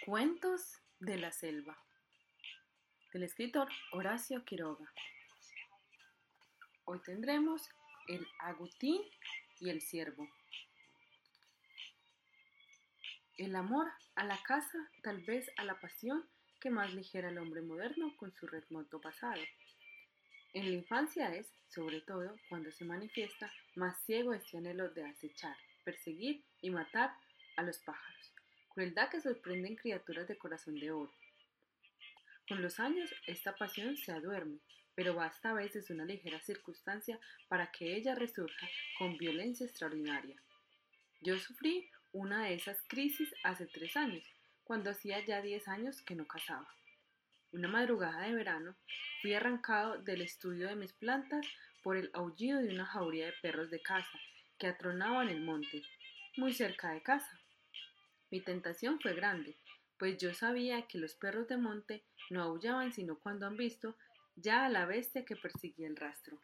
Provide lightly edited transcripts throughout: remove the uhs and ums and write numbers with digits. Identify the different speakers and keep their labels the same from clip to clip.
Speaker 1: Cuentos de la selva, del escritor Horacio Quiroga. Hoy tendremos el agutín y el ciervo. El amor a la caza, tal vez a la pasión que más ligera el hombre moderno con su remoto pasado. En la infancia es, sobre todo, cuando se manifiesta más ciego este anhelo de acechar, perseguir y matar a los pájaros, crueldad que sorprende en criaturas de corazón de oro. Con los años esta pasión se aduerme, pero basta a veces una ligera circunstancia para que ella resurja con violencia extraordinaria. Yo sufrí una de esas crisis hace 3 años, cuando hacía ya 10 años que no cazaba. Una madrugada de verano fui arrancado del estudio de mis plantas por el aullido de una jauría de perros de caza que atronaban el monte, muy cerca de casa. Mi tentación fue grande, pues yo sabía que los perros de monte no aullaban sino cuando han visto ya a la bestia que perseguía el rastro.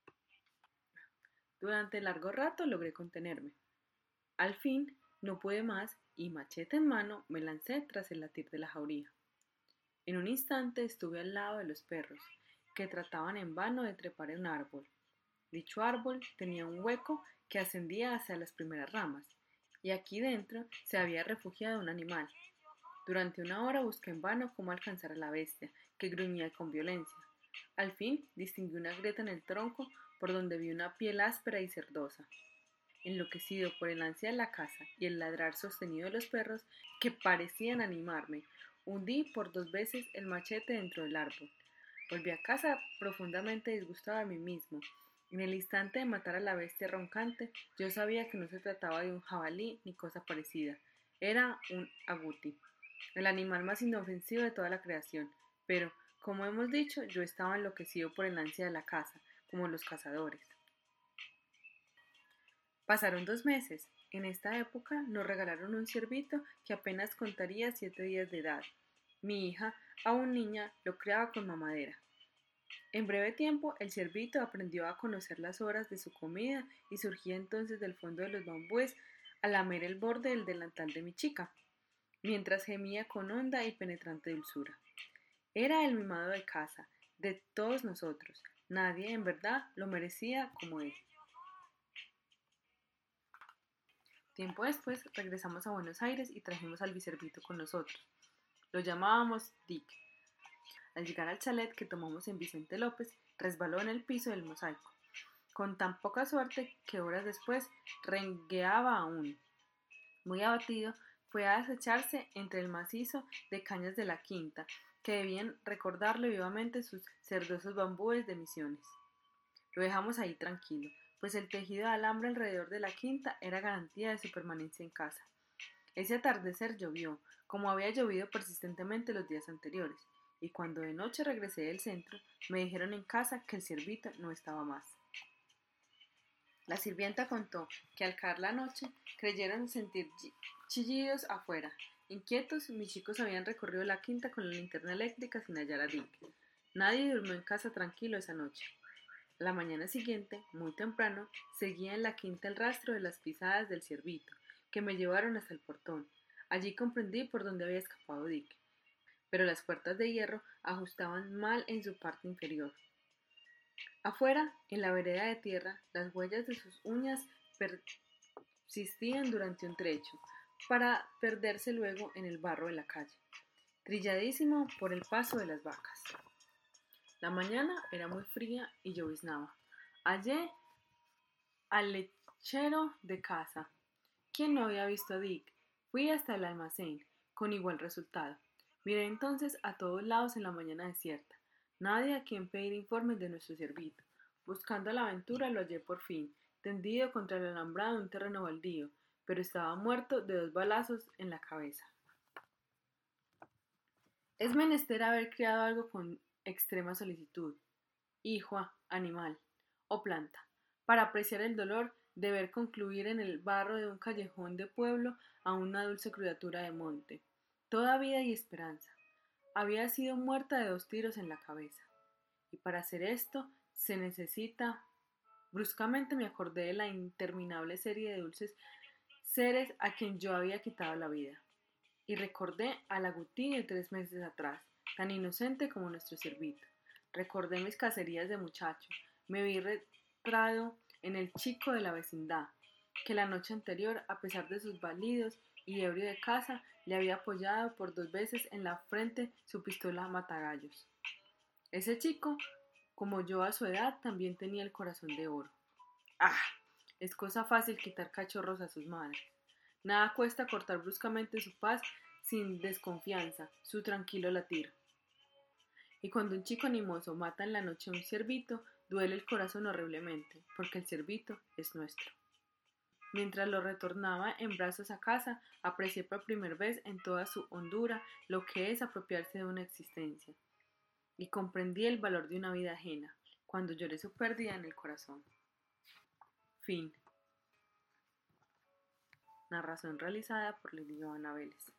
Speaker 1: Durante largo rato logré contenerme. Al fin no pude más y machete en mano me lancé tras el latir de la jauría. En un instante estuve al lado de los perros, que trataban en vano de trepar en un árbol. Dicho árbol tenía un hueco que ascendía hacia las primeras ramas, y aquí dentro se había refugiado un animal. Durante una hora busqué en vano cómo alcanzar a la bestia, que gruñía con violencia. Al fin distinguí una grieta en el tronco por donde vi una piel áspera y cerdosa. Enloquecido por el ansia de la caza y el ladrar sostenido de los perros que parecían animarme, hundí por 2 veces el machete dentro del árbol. Volví a casa profundamente disgustado de mí mismo. En el instante de matar a la bestia roncante, yo sabía que no se trataba de un jabalí ni cosa parecida. Era un agutí, el animal más inofensivo de toda la creación. Pero, como hemos dicho, yo estaba enloquecido por el ansia de la caza, como los cazadores. Pasaron 2 meses. En esta época nos regalaron un ciervito que apenas contaría 7 días de edad. Mi hija, aún niña, lo criaba con mamadera. En breve tiempo el ciervito aprendió a conocer las horas de su comida y surgía entonces del fondo de los bambúes a lamer el borde del delantal de mi chica, mientras gemía con honda y penetrante dulzura. Era el mimado de casa, de todos nosotros. Nadie, en verdad, lo merecía como él. Tiempo después regresamos a Buenos Aires y trajimos al bicervito con nosotros. Lo llamábamos Dick. Al llegar al chalet que tomamos en Vicente López, resbaló en el piso del mosaico, con tan poca suerte que horas después rengueaba aún. Muy abatido, fue a desecharse entre el macizo de cañas de la quinta, que debían recordarle vivamente sus cerdosos bambúes de Misiones. Lo dejamos ahí tranquilo, pues el tejido de alambre alrededor de la quinta era garantía de su permanencia en casa. Ese atardecer llovió, como había llovido persistentemente los días anteriores, y cuando de noche regresé del centro, me dijeron en casa que el ciervito no estaba más. La sirvienta contó que al caer la noche creyeron sentir chillidos afuera. Inquietos, mis chicos habían recorrido la quinta con la linterna eléctrica sin hallar a Dick. Nadie durmió en casa tranquilo esa noche. La mañana siguiente, muy temprano, seguía en la quinta el rastro de las pisadas del ciervito, que me llevaron hasta el portón. Allí comprendí por dónde había escapado Dick, pero las puertas de hierro ajustaban mal en su parte inferior. Afuera, en la vereda de tierra, las huellas de sus uñas persistían durante un trecho, para perderse luego en el barro de la calle, trilladísimo por el paso de las vacas. La mañana era muy fría y lloviznaba. Hallé al lechero de casa. ¿Quién no había visto a Dick? Fui hasta el almacén, con igual resultado. Miré entonces a todos lados en la mañana desierta. Nadie a quien pedir informes de nuestro ciervito. Buscando la aventura lo hallé por fin, tendido contra el alambrado de un terreno baldío, pero estaba muerto de 2 balazos en la cabeza. Es menester haber criado algo con extrema solicitud, hijo, animal o planta, para apreciar el dolor de ver concluir en el barro de un callejón de pueblo a una dulce criatura de monte, toda vida y esperanza. Había sido muerta de 2 tiros en la cabeza. Y para hacer esto se necesita... Bruscamente me acordé de la interminable serie de dulces seres a quien yo había quitado la vida. y recordé a la Guti de 3 meses atrás, tan inocente como nuestro ciervito. Recordé mis cacerías de muchacho, me vi retrado en el chico de la vecindad, que la noche anterior, a pesar de sus balidos y ebrio de caza, le había apoyado por 2 veces en la frente su pistola matagallos. Ese chico, como yo a su edad, también tenía el corazón de oro. ¡Ah! Es cosa fácil quitar cachorros a sus madres. Nada cuesta cortar bruscamente su paz sin desconfianza, su tranquilo latir. Y cuando un chico animoso mata en la noche a un ciervito, duele el corazón horriblemente, porque el ciervito es nuestro. Mientras lo retornaba en brazos a casa, aprecié por primera vez en toda su hondura lo que es apropiarse de una existencia, y comprendí el valor de una vida ajena, cuando lloré su pérdida en el corazón. Fin. Narración realizada por Liliana Vélez.